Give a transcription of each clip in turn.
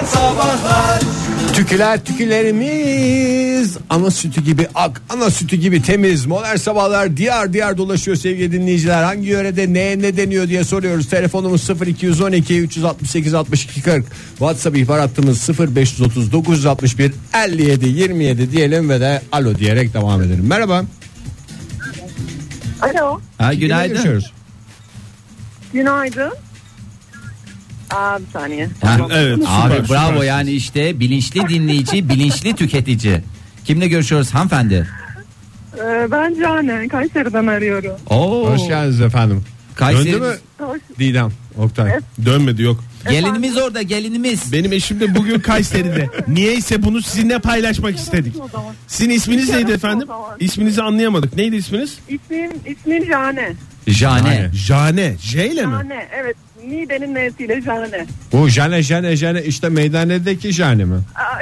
Sabahlar. Tüküler tükülerimiz ana sütü gibi ak, ana sütü gibi temiz. Modern Sabahlar diyar diyar dolaşıyor sevgili dinleyiciler. Hangi yörede neye ne deniyor diye soruyoruz. Telefonumuz 0212 368 62 40. WhatsApp ihbar hattımız 0530 961 57 27 diyelim ve de alo diyerek devam edelim. Merhaba. Alo. Günaydın. Günaydın. Bir saniye. Evet. Abi bravo yani işte bilinçli dinleyici, bilinçli tüketici. Kimle görüşüyoruz hanımefendi? Ben Cane, Kayseri'den arıyorum. Hoş geldiniz efendim. Kayseri. Döndü mü Didem, Oktay? Evet. Dönmedi, yok. Gelinimiz orada, gelinimiz. Benim eşim de bugün Kayseri'de. Niyeyse bunu sizinle paylaşmak istedik. Sizin isminiz neydi efendim? İsminizi anlayamadık. Neydi isminiz? İsmim Cane. Jane. Jane. J ile mi? Cane, evet. Niğde'nin nesiyle Cane. Bu Jane işte meydanedeki Jane mi?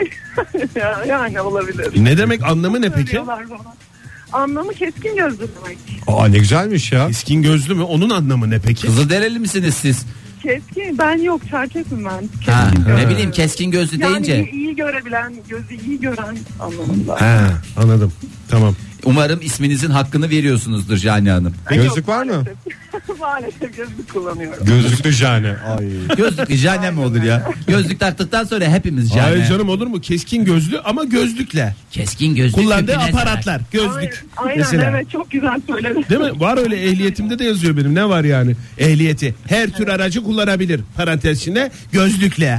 Yani olabilir. Ne demek, anlamı ne peki? Anlamı keskin gözlü demek. Ne güzelmiş ya. Keskin gözlü mü? Onun anlamı ne peki? Kızılderili misiniz siz? Keskin, ben yok, Çerkezim ben. Ha, Keskin ne bileyim, keskin gözlü deyince. Yani iyi görebilen, gözü iyi gören anlamında. Ha, anladım. Tamam. Umarım isminizin hakkını veriyorsunuzdur Jane Hanım. Gözlük var mı? Maalesef gözlük kullanıyorum. Gözlüklü Jane. Gözlük Jane mi olur ya? Gözlük taktıktan sonra hepimiz Jane. Hayır canım, olur mu? Keskin gözlü ama gözlükle. Keskin gözlük. Kullandığı aparatlar. Gözlük. Aynen mesela. Evet, çok güzel söyledin. Değil mi? Var öyle, ehliyetimde de yazıyor benim. Ne var yani? Ehliyeti. Her tür aracı kullanabilir. Parantez içinde gözlükle.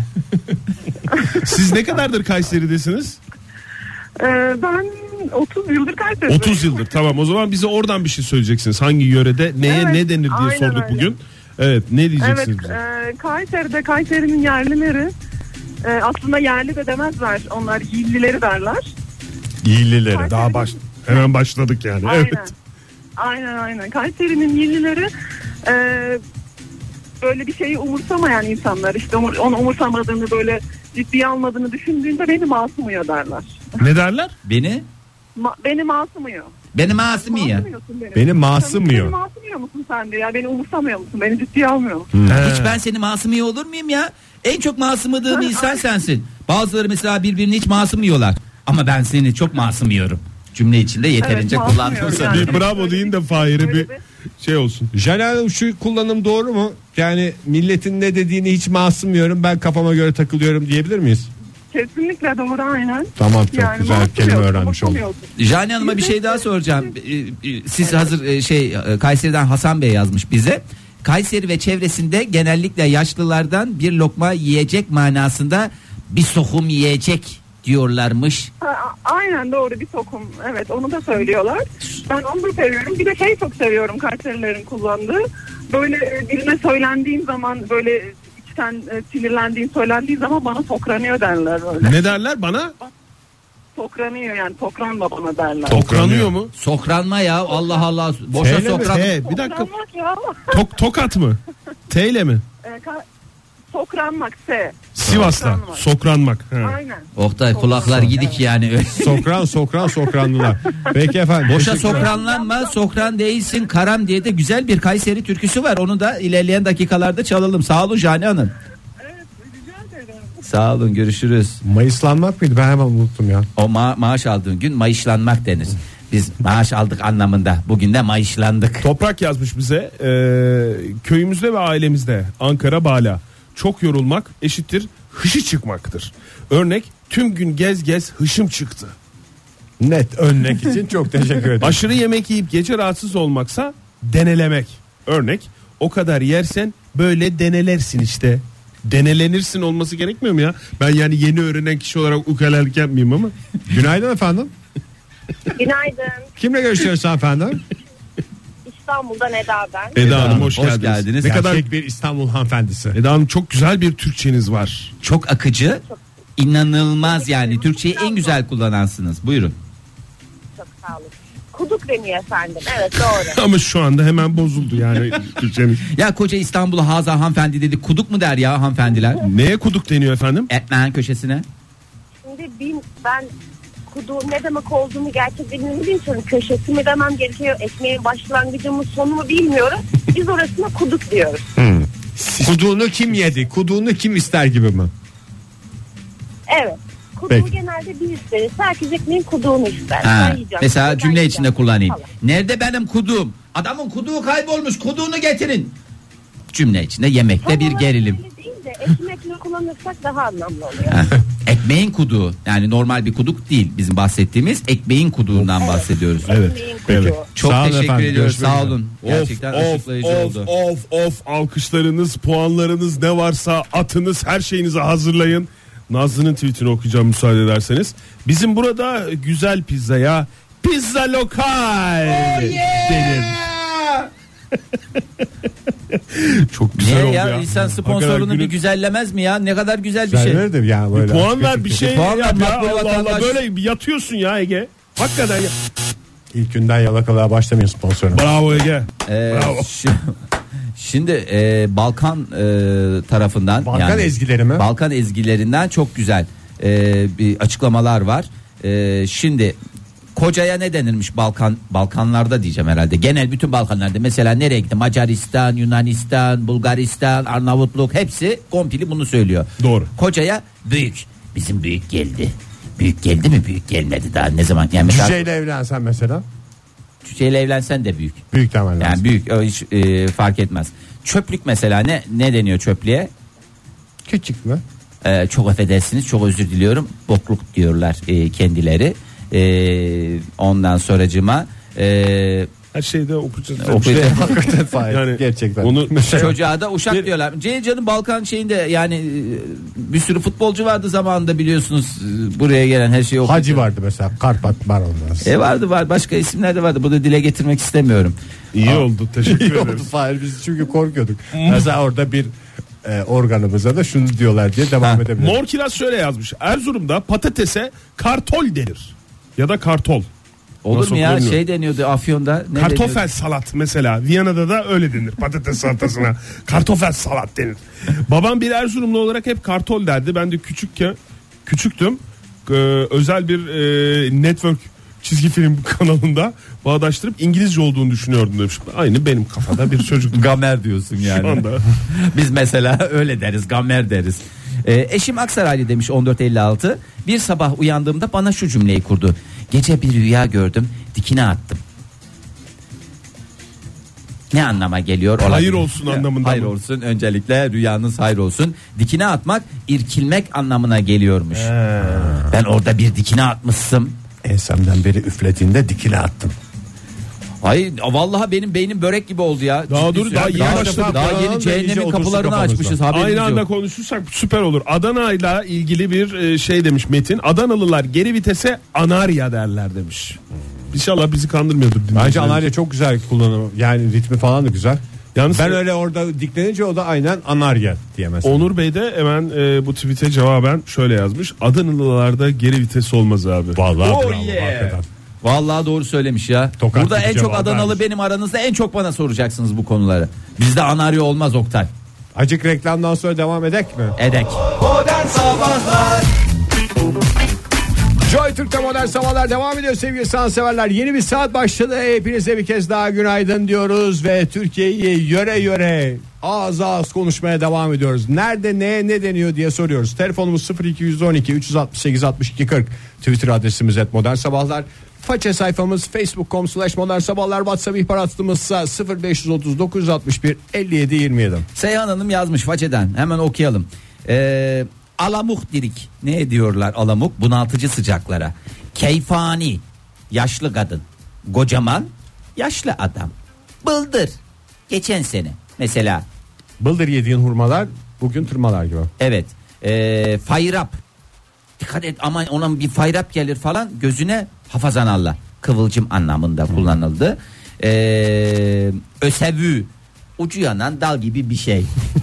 Siz ne kadardır Kayseri'desiniz? Ben 30 yıldır Kayseri'deyim. 30 yıldır. Tamam, o zaman bize oradan bir şey söyleyeceksiniz. Hangi yörede neye ne denir diye sorduk öyle. bugün. Evet, ne diyeceksiniz bize? Kayseri'nin yerlileri aslında yerli de demezler. Onlar yillileri derler. Yillileri. Daha hemen başladık yani. Aynen. Evet. Aynen. Kayseri'nin yillileri böyle bir şeyi umursamayan insanlar. İşte onu umursamadığını, böyle ciddiye almadığını düşündüğünde beni masumuyor derler. Ne derler? Beni masumuyor. Beni masumuyor. Beni masumuyor. Beni masumuyor musun sen de ya? Beni umursamıyor musun? Beni ciddiye almıyor musun? Hiç ben seni masumuyor olur muyum ya? En çok masumladığım insan sensin. Bazıları mesela birbirini hiç masumuyorlar. Ama ben seni çok masumuyorum. Cümle içinde yeterince kullandım sanırım. Bir bravo deyin de Fahir'e bir şey olsun. Jane Hanım, şu kullanım doğru mu? Yani milletin ne dediğini hiç masummuyorum, ben kafama göre takılıyorum diyebilir miyiz? Kesinlikle doğru, aynen. Tamam, çok güzel kelime öğrenmiş oldum. Jane Hanım'a bir şey daha soracağım. Siz hazır Kayseri'den Hasan Bey yazmış bize. Kayseri ve çevresinde genellikle yaşlılardan bir lokma yiyecek manasında bir sokum yiyecek diyorlarmış. Aynen doğru, bir sokum. Evet, onu da söylüyorlar. Ben onu da seviyorum. Bir de çok seviyorum Kayserilerin kullandığı. Böyle birine söylendiğim zaman, böyle içten sinirlendiğin söylendiği zaman bana sokranıyor derler böyle. Ne derler bana? Sokranıyor yani, sokranma bana derler. Sokranıyor mu? Sokranma ya, Allah Allah. Boşa sokran. Bir dakika. Sokranmak ya. Tokat mı? T ile mi? Sokranmak, S. Sivas'ta. Sokranmak. Aynen. Oktay, kulaklar gidik yani. Sokrandılar. Peki efendim. Boşa sokranlanma, sokran değilsin karam diye de güzel bir Kayseri türküsü var. Onu da ilerleyen dakikalarda çalalım. Sağ olun Jane Hanım. Evet, rica ederim. Sağ olun, görüşürüz. Mayıslanmak mıydı? Ben hemen unuttum ya. O maaş aldığın gün mayışlanmak denir. Biz maaş aldık anlamında. Bugün de mayışlandık. Toprak yazmış bize. Köyümüzde ve ailemizde Ankara Bala. Çok yorulmak eşittir hışı çıkmaktır. Örnek, tüm gün gez hışım çıktı. Net örnek için çok teşekkür ederim. Aşırı yemek yiyip gece rahatsız olmaksa denelemek. Örnek, o kadar yersen böyle denelersin işte. Denelenirsin olması gerekmiyor mu ya? Ben yani yeni öğrenen kişi olarak ukalalık yapmayayım ama. Günaydın efendim. Günaydın. Kimle görüşüyoruz efendim? İstanbul'dan Eda ben. Eda Hanım hoş geldiniz. geldiniz. Ne kadar Gerçek bir İstanbul hanımefendisi. Eda Hanım, çok güzel bir Türkçeniz var. Çok akıcı, inanılmaz yani. Türkçeyi en güzel kullanansınız. Buyurun. Çok sağ olun. Kuduk deniyor efendim. Evet, doğru. Ama şu anda hemen bozuldu yani Türkçeniz. Ya koca İstanbul'a Haza hanımefendi dedi. Kuduk mu der ya hanımefendiler? Neye kuduk deniyor efendim? Ekmeğin köşesine. Şimdi ben kuduğun ne demek olduğunu gerçekten bilmiyorum. Çünkü köşesi mi demem gerekiyor, ekmeğin başlangıcı mı sonu mu bilmiyorum. Biz orasına kuduk diyoruz. Kuduğunu kim yedi? Kuduğunu kim ister gibi mi? Evet. Kuduğu Peki. genelde bir isteriz. Herkes ekmeğin kuduğunu ister. Ha, Ben yiyeceğim. mesela Ben cümle yiyeceğim içinde kullanayım. falan. Nerede benim kuduğum? Adamın kuduğu kaybolmuş. Kuduğunu getirin. Cümle içinde yemekte Tam bir olarak gerilim. öyle değil de ekmekle kullanırsak daha anlamlı oluyor. Ha, ekmeğin kuduğu, yani normal bir kuduk değil bizim bahsettiğimiz, ekmeğin kuduğundan bahsediyoruz. Evet. Ekmeğin Evet. kuduğu. Çok Sağ olun teşekkür efendim, ediyoruz. görüşmek Sağ üzere. olun. Gerçekten açıklayıcı oldu. Of alkışlarınız, puanlarınız ne varsa atınız, her şeyinizi hazırlayın. Nazlı'nın tweetini okuyacağım müsaade ederseniz. Bizim burada güzel pizzaya pizza lokal denir. Çok güzel Niye oldu ya? ya. İnsan sponsorunu Hakikaten bir güzellemez mi ya? Ne kadar güzel bir şey. Güzel de yani böyle. puan ver bir şey Puan ver, yap ya. makbul Allah vatandaş. Allah, böyle yatıyorsun ya Ege. Hakikaten ya. İlk günden yalakalığa başlamayın sponsoruna. Bravo Ege. Bravo. Şimdi Balkan tarafından, Balkan yani ezgileri mi? Balkan ezgilerinden çok güzel bir açıklamalar var. Şimdi kocaya ne denirmiş Balkanlarda diyeceğim herhalde. Genel bütün Balkanlarda, mesela nereye gitti? Macaristan, Yunanistan, Bulgaristan, Arnavutluk, hepsi kompili bunu söylüyor. Doğru. Kocaya büyük. Bizim büyük geldi. Büyük geldi mi? Büyük gelmedi daha. Ne zaman? Yani mesela Cüceyle evlensen mesela. cüceyle evlensen de büyük. Büyük temel lazım. Yani büyük, o hiç fark etmez. Çöplük mesela ne deniyor çöplüğe? Küçük mü? Çok affedersiniz, çok özür diliyorum. Bokluk diyorlar kendileri. Ondan sonracıma Her şeyde okuyacağız. Hakikaten Fahir, Yani gerçekten. onu çocuğa da uşak diyorlar. Can'ın Balkan şeyinde yani bir sürü futbolcu vardı zamanında, biliyorsunuz, buraya gelen her şeyi okuyor. Hacı vardı mesela. Karpat var ondan. Var başka isimler de vardı. Bunu dile getirmek istemiyorum. iyi oldu. Teşekkür İyi oldu ederiz. Fahir, biz çünkü korkuyorduk. Mesela orada bir organımıza da şunu diyorlar diye devam edebiliriz. Mor Kiraz şöyle yazmış. Erzurum'da patatese kartol denir. Ya da kartol. Olur Nasıl mu ya? okunuyor? Şey deniyordu Afyon'da. Ne Kartofel deniyordu? salat mesela. Viyana'da da öyle denir. Patates salatasına kartofel salat denir. Babam bir Erzurumlu olarak hep kartol derdi. Ben de küçüktüm. Özel bir network çizgi film kanalında bağdaştırıp İngilizce olduğunu düşünüyordum demiş. Aynı benim kafada bir çocuk. Gamer diyorsun yani. Şu anda. Biz mesela öyle deriz, gamer deriz. Eşim Aksaraylı demiş 1456. Bir sabah uyandığımda bana şu cümleyi kurdu. Gece bir rüya gördüm, dikine attım. Ne anlama geliyor? Hayır Olabilir. olsun anlamında Hayır mı? olsun, öncelikle rüyanız hayır olsun. Dikine atmak irkilmek anlamına geliyormuş. Ben orada bir dikine atmışsın. Ensemden beri üflediğinde dikine attım. Ay vallahi benim beynim börek gibi oldu ya. Daha Ciddi dur, daha söylüyorum. yeni başladık. Daha Daha yeni iyice cehennemin otursun kapılarını kafamızda. açmışız. Haberimiz Aynı anda yok. konuşursak süper olur. Adana ile ilgili bir şey demiş Metin. Adanalılar geri vitese anarya derler demiş. İnşallah bizi kandırmıyordur. Bence dinleyicilerimiz. anarya çok güzel kullanımı. Yani ritmi falan da güzel. Yalnız Ben öyle orada diklenince o da aynen anarya diye mesela. Onur Bey de hemen bu tweet'e cevaben şöyle yazmış. Adanalılarda geri vites olmaz abi. Vallahi Oh bravo, yeah. hakikaten. Vallahi doğru söylemiş ya. Tokat Burada en gibi çok cevap Adanalı vermiş. benim, aranızda en çok bana soracaksınız bu konuları. Bizde anaryo olmaz Oktay. Acık reklamdan sonra devam edek mi? Edek. Joy Türk'te modern sabahlar devam ediyor sevgili sanatseverler. Yeni bir saat başladı. Hepinize bir kez daha günaydın diyoruz ve Türkiye'yi yöre yöre ağız ağız konuşmaya devam ediyoruz. Nerede ne deniyor diye soruyoruz. Telefonumuz 0212 368 62 40. Twitter adresimiz @modernsabahlar. Faça sayfamız facebook.com/modernsabahlar. WhatsApp ihbar hattımızsa 0530 961 57 27. Seyhan Hanım yazmış Façeden, hemen okuyalım. Alamuk dirik. Ne diyorlar alamuk? Bunaltıcı sıcaklara. Keyfani, yaşlı kadın. Kocaman, yaşlı adam. Bıldır, geçen sene mesela. Bıldır yediğin hurmalar bugün tırmalar gibi. Evet. Fayrap. Dikkat et, aman ona bir fayrap gelir falan, gözüne hafazan Allah. Kıvılcım anlamında kullanıldı. Ösevü. Ucu yanan dal gibi bir şey.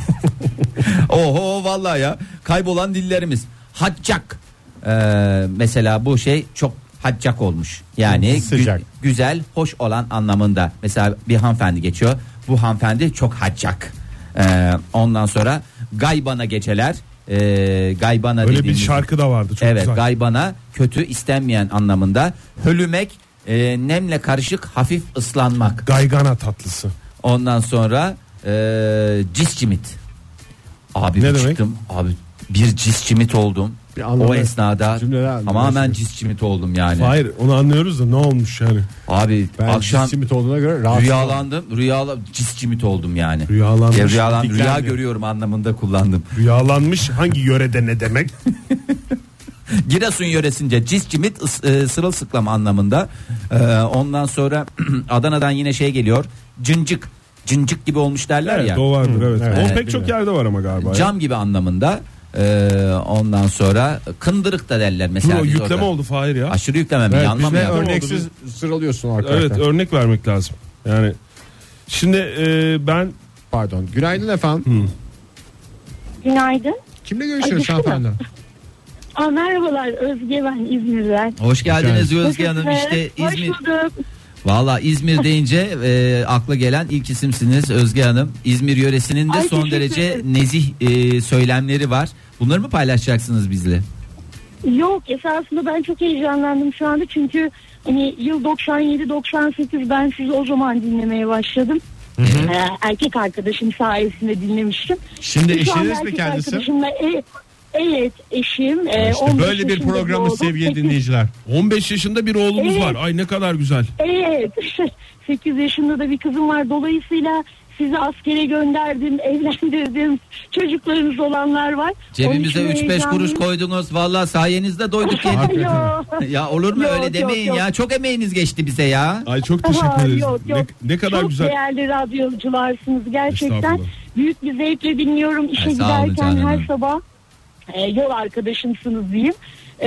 Oho vallahi ya. Kaybolan dillerimiz. Haccak. Mesela bu şey çok haccak olmuş. Yani Sıcak. güzel, hoş olan anlamında. Mesela bir hanımefendi geçiyor. Bu hanımefendi çok haccak. Ondan sonra gaybana geceler. Gaybana Öyle bir dediğimiz, şarkı da vardı. Çok evet, güzel. gaybana kötü, istenmeyen anlamında. Hölümek, nemle karışık hafif ıslanmak. Gaygana tatlısı. Ondan sonra ciscimit. Abi Ne bir demek? çıktım. Abi bir ciscimit oldum. O esnada cümleler tamamen ciscimit oldum yani. Hayır, onu anlıyoruz da ne olmuş yani? Abi Ben akşam ciscimit olduğuna göre ciscimit oldum yani. Rüyalanmış. Rüya görüyorum anlamında kullandım. Rüyalanmış hangi yörede ne demek? Giresun yöresince ciscimit sırılsıklam anlamında. Ondan sonra Adana'dan yine şey geliyor. Cıncık gibi olmuş derler Evet, ya. o vardır evet. Evet, O pek çok yerde var ama galiba. Cam gibi anlamında. Ondan sonra kındırık da derler mesela. O biz yükleme orada. oldu Fahir ya. Aşırı yükleme mi? Evet, Yanma mı bizde ya? örneksiz sıralıyorsun arkadaşlar. Evet, örnek vermek lazım. Yani şimdi ben Pardon. Günaydın efendim. Günaydın. Kimle görüşüyoruz Ay, efendim? Merhabalar, Özge ben İzmir'den. Hoş geldiniz Özge Hanım. İşte Hoş İzmir. bulduk. Valla İzmir deyince akla gelen ilk isimsiniz Özge Hanım. İzmir yöresinin de Ay, son teşekkür derece ederim. nezih söylemleri var. Bunları mı paylaşacaksınız bizle? Yok, esasında ben çok heyecanlandım şu anda çünkü hani yıl 97-98 ben sizi o zaman dinlemeye başladım. Erkek arkadaşım sayesinde dinlemiştim. Şimdi Şu anda eşiniz mi erkek kendisi? arkadaşımla evet eşim. İşte 15 böyle bir yaşında programı doğdu. sevgili dinleyiciler. 15 yaşında bir oğlumuz Evet. var. Ay ne kadar güzel. Evet 8 yaşında da bir kızım var, dolayısıyla sizi askere gönderdim, evlendirdim, çocuklarınız olanlar var. Cebimize Onun için 3-5 kuruş heyecanlıyım. koydunuz. Valla sayenizde doyduk yedik. Yok. Ya olur mu Yok, öyle yok, demeyin yok. ya. Çok emeğiniz geçti bize ya. Ay çok teşekkür ederiz. Yok, yok. Ne kadar çok güzel. değerli radyocularsınız gerçekten. Estağfurullah. Büyük bir zevkle dinliyorum işe Ay, sağ olun giderken canım. her sabah. Yol arkadaşımsınız diyeyim.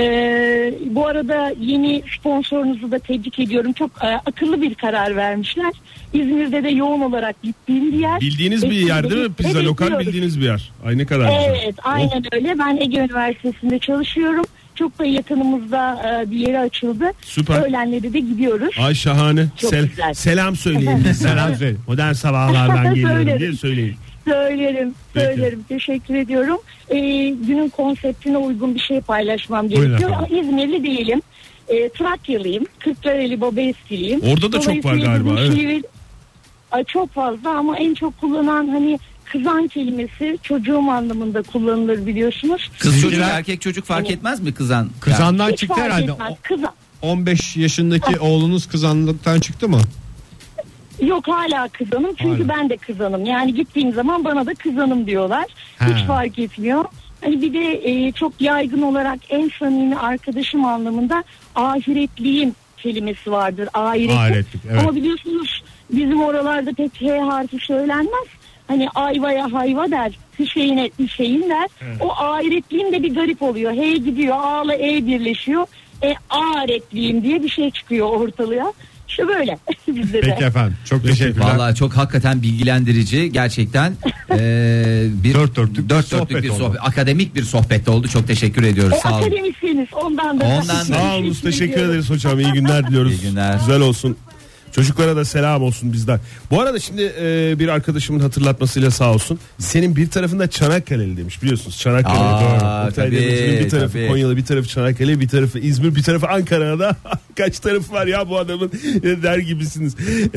Bu arada yeni sponsorunuzu da tebrik ediyorum. Çok akıllı bir karar vermişler. İzmir'de de yoğun olarak gittiğim bir yer. Bildiğiniz bir yer değil mi? Pizza Evet, lokal biliyoruz. bildiğiniz bir yer. Ay ne kadar güzel. Evet, aynen öyle. Ben Ege Üniversitesi'nde çalışıyorum. Çok da yakınımızda bir yere açıldı. Süper. Öğlenleri de gidiyoruz. Ay şahane. Çok güzel. Selam söyleyin bize. Selam söyle. Modern sabahlardan geliyorum Söylerim. diye söyleyin. Söylerim. Peki. Teşekkür ediyorum. Günün konseptine uygun bir şey paylaşmam Buyurun gerekiyor. efendim. İzmirli değilim. Trakyalıyım. Kırklareli Babaeskiliyim. Orada da çok var galiba, evet. Çok fazla ama en çok kullanılan hani kızan kelimesi çocuğum anlamında kullanılır biliyorsunuz. Kız çocuk Sizinkiler- erkek çocuk fark etmez mi kızan? Kızandan Hiç çıktı fark herhalde. etmez. Kızan. 15 yaşındaki oğlunuz kızanlıktan çıktı mı? Yok, hala kızanım çünkü Hala. ben de kızanım. Yani gittiğim zaman bana da kızanım diyorlar. Ha. Hiç fark etmiyor. Hani bir de çok yaygın olarak en samimi arkadaşım anlamında ahiretliyim kelimesi vardır. Ahiretlik, evet. Ama biliyorsunuz bizim oralarda pek H harfi söylenmez. Hani ayvaya hayva der, Hüseyin'e Hüseyin der. O ahiretliyim de bir garip oluyor. H gidiyor, A'la E birleşiyor. Ahiretliyim diye bir şey çıkıyor ortalığa. İşte böyle bizde de. Peki efendim. Çok teşekkürler. Vallahi çok hakikaten bilgilendirici gerçekten bir Dört dörtlük bir sohbet bir oldu. sohbet, akademik bir sohbet oldu. Çok teşekkür ediyoruz. Sağ olun. Akademisyeniz ondan da. Ondan da. Sağ olun, teşekkür ederiz hocam. İyi günler diliyoruz. İyi günler. Güzel olsun. Çocuklara da selam olsun bizden. Bu arada şimdi bir arkadaşımın hatırlatmasıyla sağ olsun. Senin bir tarafında Çanakkale'li demiş, biliyorsunuz. Çanakkale. Aa, Oktay tabii, Demirci'nin bir tarafı tabii. Konyalı, bir tarafı Çanakkale, bir tarafı İzmir, bir tarafı Ankara'da. Kaç tarafı var ya bu adamın der gibisiniz.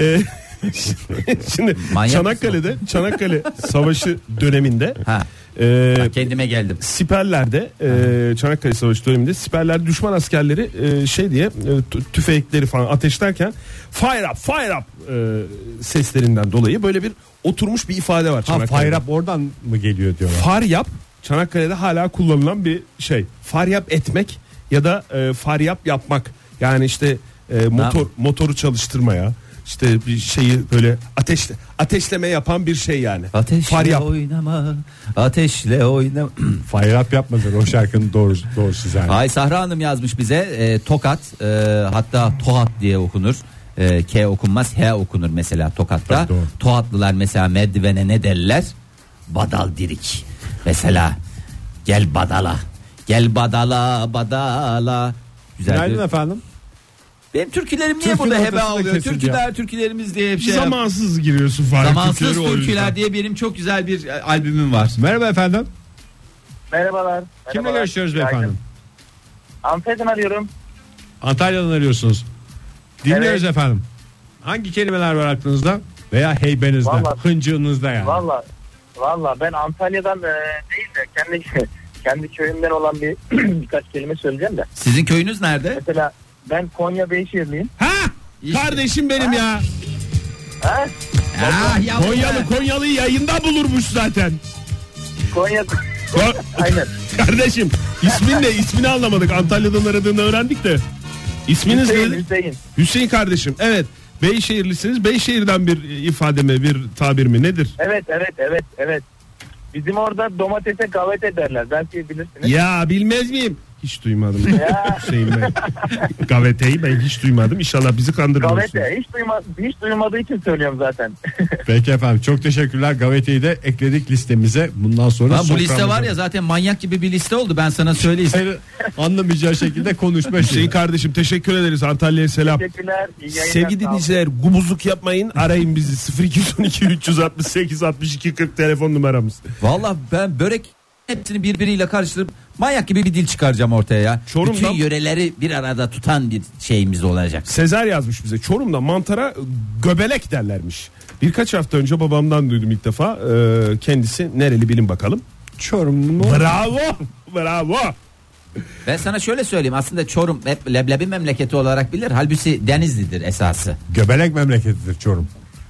Şimdi Manyak Çanakkale Savaşı döneminde Ha, kendime geldim. siperlerde Çanakkale Savaşı döneminde siperlerde düşman askerleri şey diye tüfekleri falan ateşlerken fire up seslerinden dolayı böyle bir oturmuş bir ifade var Ha, Çanakkale'de. fire up oradan mı geliyor diyorlar. Faryap Çanakkale'de hala kullanılan bir şey. Faryap etmek ya da faryap yapmak. Yani işte motoru çalıştırmaya, işte bir şeyi böyle ateşleme yapan bir şey yani. Ateşle Faryap. oynama, ateşle oynama. Fire up yapmadır o şarkının doğrusu zaten. Ay Sahra Hanım yazmış bize Tokat, hatta Tohat diye okunur. K okunmaz, H okunur mesela Tokat'ta. Tabii, doğru. Tohatlılar mesela merdivene ne derler? Badal dirik. Mesela gel badala. Gel badala. Günaydın Güzel. efendim. Benim türkülerim niye Türkü burada heba ortasında oluyor? kesiliyor. Türkülerimiz diye bir şey. Zamansız giriyorsun Fahri. Zamansız Türküleri o yüzden. türküler diye benim çok güzel bir albümüm var. Merhaba efendim. Merhabalar. Kimle görüşüyoruz beyefendi? Antalya'dan arıyorum. Antalya'dan arıyorsunuz. Dinliyoruz Evet. efendim. Hangi kelimeler var aklınızda? Veya heybenizde, Vallahi- hıncığınızda yani. Valla ben Antalya'dan değil de kendi köyümden olan birkaç kelime söyleyeceğim de. Sizin köyünüz nerede? Mesela ben Konya Beyşehirliyim. Ha? İşte. Kardeşim benim ya. Ha? Konyalı yayında bulurmuş zaten. Konya. Aynen. Kardeşim ismin ne? İsmini anlamadık. Antalya'dan aradığını öğrendik de. İsminiz ne? Hüseyin. Hüseyin kardeşim. Evet. Beyşehirlisiniz. Beyşehir'den bir ifade mi, bir tabir mi? Nedir? Evet. Bizim orada domatese gavete derler. Belki bilirsiniz. Ya bilmez miyim? Hiç duymadım. Ya. Hüseyin Bey. Gaveteyi ben hiç duymadım. İnşallah bizi kandırmıyorsunuz. Gavete hiç duymadığı için söylüyorum zaten. Peki efendim, çok teşekkürler. Gavete'yi de ekledik listemize. Bundan sonra Bu liste var ya zaten manyak gibi bir liste oldu, ben sana söyleyeyim. Anlamayacağı şekilde konuşma. Hüseyin kardeşim teşekkür ederiz. Antalya'ya selam. Teşekkürler. İyi yayınlar. Sevgili dinleyiciler, gumuzluk yapmayın. Arayın bizi. 0212 368 62 40 telefon numaramız. Vallahi ben börek hepsini birbiriyle karıştırıp manyak gibi bir dil çıkaracağım ortaya ya. Çorum'dan- Bütün yöreleri bir arada tutan bir şeyimiz olacak. Sezer yazmış bize. Çorum'da mantara göbelek derlermiş. Birkaç hafta önce babamdan duydum ilk defa. Kendisi nereli bilin bakalım. Çorum mu? Bravo. Ben sana şöyle söyleyeyim, aslında Çorum hep leblebi memleketi olarak bilir. Halbuki Denizli'dir esası. Göbelek memleketidir Çorum.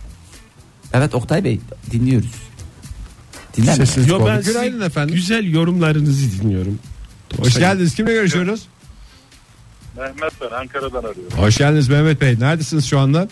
Evet Oktay Bey, dinliyoruz. Dinler mi? Sesiniz Yo, oldu. ben Günaydın sizin efendim. güzel yorumlarınızı dinliyorum. Hoş geldiniz. Kimle görüşüyoruz? Mehmet ben Ankara'dan arıyorum. Hoş geldiniz Mehmet Bey. Neredesiniz şu anda?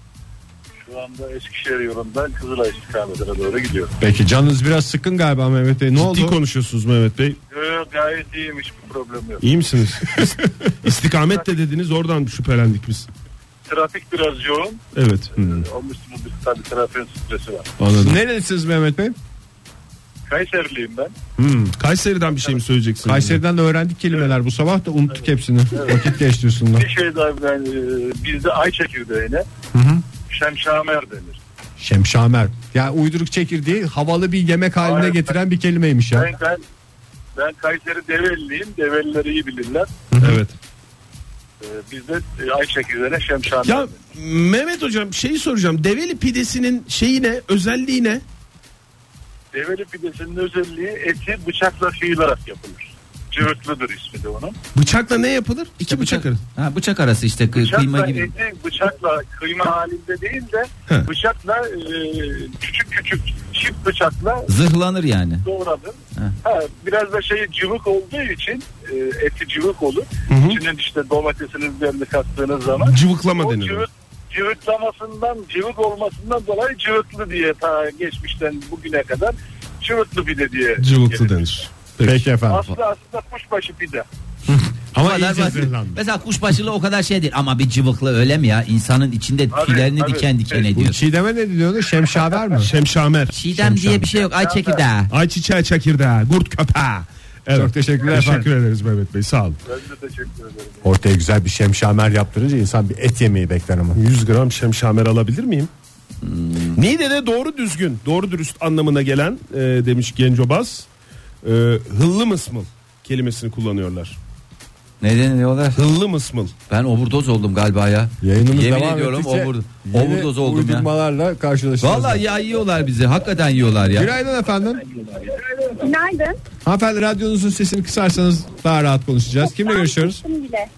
Şu anda Eskişehir yolundan Kızılay istikametine doğru gidiyorum. Peki, canınız biraz sıkın galiba Mehmet Bey. Ne Ciddi oldu? konuşuyorsunuz Mehmet Bey. Gayet iyiyim, hiçbir problem yok. İyi misiniz? İstikamet de dediniz, oradan şüphelendik biz. Trafik biraz yoğun. Evet. Onun üstünde bir tabii trafiğin stresi var. Anladım. Nerelisiniz Mehmet Bey? Kayserliyim ben. Kayseri'den bir şey mi söyleyeceksiniz? Kayseri'den de öğrendik kelimeler bu sabah da unuttuk hepsini. Vakit geçti üstünden. Bir şey daha ben bizde ay çekirdeğine şemşamer denir. Şemşamer. Ya uyduruk çekirdeği havalı bir yemek haline Aynen. getiren bir kelimeymiş ya. Ben Kayseri Develiliyim. Develileri iyi bilirler. Evet. Bizde ay çekirdeğine şemşamer Ya denir. Mehmet hocam şeyi soracağım. Develi pidesinin şeyi ne? Özelliği ne? Develi pidesinin özelliği eti bıçakla kıyılarak yapılır. Cıvıklıdır ismi de onun. Bıçakla ne yapılır? İki bıçak arası. Ha, bıçak arası işte kıyma Bıçakla gibi. eti bıçakla kıyma halinde değil de He. bıçakla küçük çift bıçakla Zırhlanır yani. doğranır. He. Biraz da cıvık olduğu için eti cıvık olur. İçine işte domatesinin üzerine kattığınız zaman Cıvıklama o denir. cıvık olmasından dolayı cıvıklı diye ta geçmişten bugüne kadar cıvıklı pide diye. Cıvıklı gelir. denir. Peki efendim. Aslında kuşbaşı pide. Ama O kadar iyice basit. zırhlandı. Mesela kuşbaşılı o kadar şey değil ama bir cıvıklı öyle mi ya? İnsanın içinde Tabii, tüylerini tabii. diken diken Evet, Bu ediyor. çiğdeme ne diyordu? Şemşaver mi? Şemşamer. Çiğdem diye bir şey yok. Ay çekirdeği. Ayçiçeği çekirdeği. Gurt köpeği. Evet. Çok teşekkürler Teşekkür efendim. ederiz Mehmet Bey, sağ olun. Ben de teşekkür ederim. Ortaya güzel bir şemşamer yaptırınca insan bir et yemeği bekler ama. 100 gram şemşamer alabilir miyim? Niğde'de doğru düzgün, doğru dürüst anlamına gelen demiş Gencobaz. Hıllı mısmıl kelimesini kullanıyorlar. Neden diyorlar? Hıllı mısmıl. Ben overdose oldum galiba ya. Yayınımız Yemin devam ediyorum ettikçe overdose oldum ya. uydurmalarla karşılaşacağız. Vallahi ya yiyorlar bizi. Hakikaten yiyorlar ya. Günaydın efendim. Günaydın. Hanımefendi, radyonuzun sesini kısarsanız daha rahat konuşacağız. Kimle görüşüyoruz? Bile.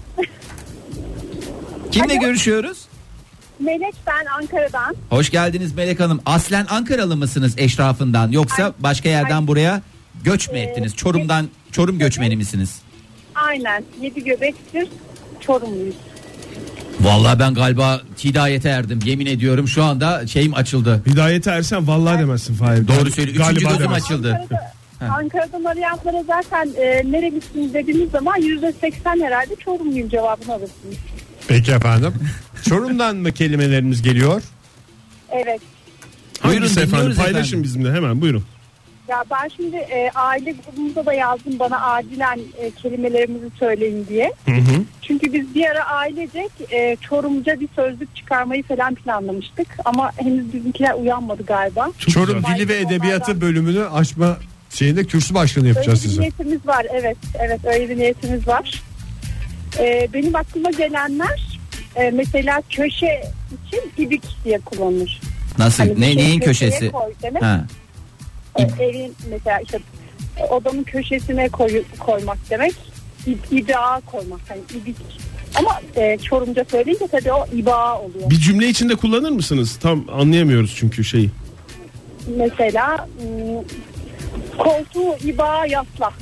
Kimle görüşüyoruz? Melek, ben Ankara'dan. Hoş geldiniz Melek Hanım. Aslen Ankaralı mısınız eşrafından, yoksa başka yerden buraya göç mü ettiniz? Çorum göçmeni misiniz? Aynen. 7 göbektir. Çorumluyuz. Vallahi ben galiba hidayete erdim. Yemin ediyorum şu anda şeyim açıldı. Hidayete ersen vallahi demezsin Fahir. Doğru söylüyor. Üçüncü Galiba gözüm demezsin. açıldı. Ankara'dan arayanlara zaten nerelisiniz dediğiniz zaman %80 herhalde Çorumluyum cevabını alırsınız. Peki efendim. Çorum'dan mı kelimelerimiz geliyor? Evet. Buyurun, Hangisi efendim? dinliyoruz Paylaşın efendim. bizimle hemen, buyurun. Ya ben şimdi aile grubumuzda da yazdım bana acilen kelimelerimizi söyleyin diye. Çünkü biz bir ara ailecek Çorumca bir sözlük çıkarmayı falan planlamıştık. Ama henüz bizimkiler uyanmadı galiba. Çorum güzel. Dili ve Edebiyatı bölümünü açma şeyinde kürsü başkanı Öyle yapacağız bir size. niyetimiz var, evet öyle bir niyetimiz var. Benim aklıma gelenler mesela köşe için ibik diye kullanılır. Nasıl? Hani bir şey Neyin köşeye köşesi? koy demek. Ha. Evin mesela işte Odanın köşesine koymak demek. İbaa koymak. Yani ibik. Ama Çorumca söyleyince tabii o ibaa oluyor. Bir cümle içinde kullanır mısınız? Tam anlayamıyoruz çünkü şeyi. Mesela koltuğu ibaa yasla.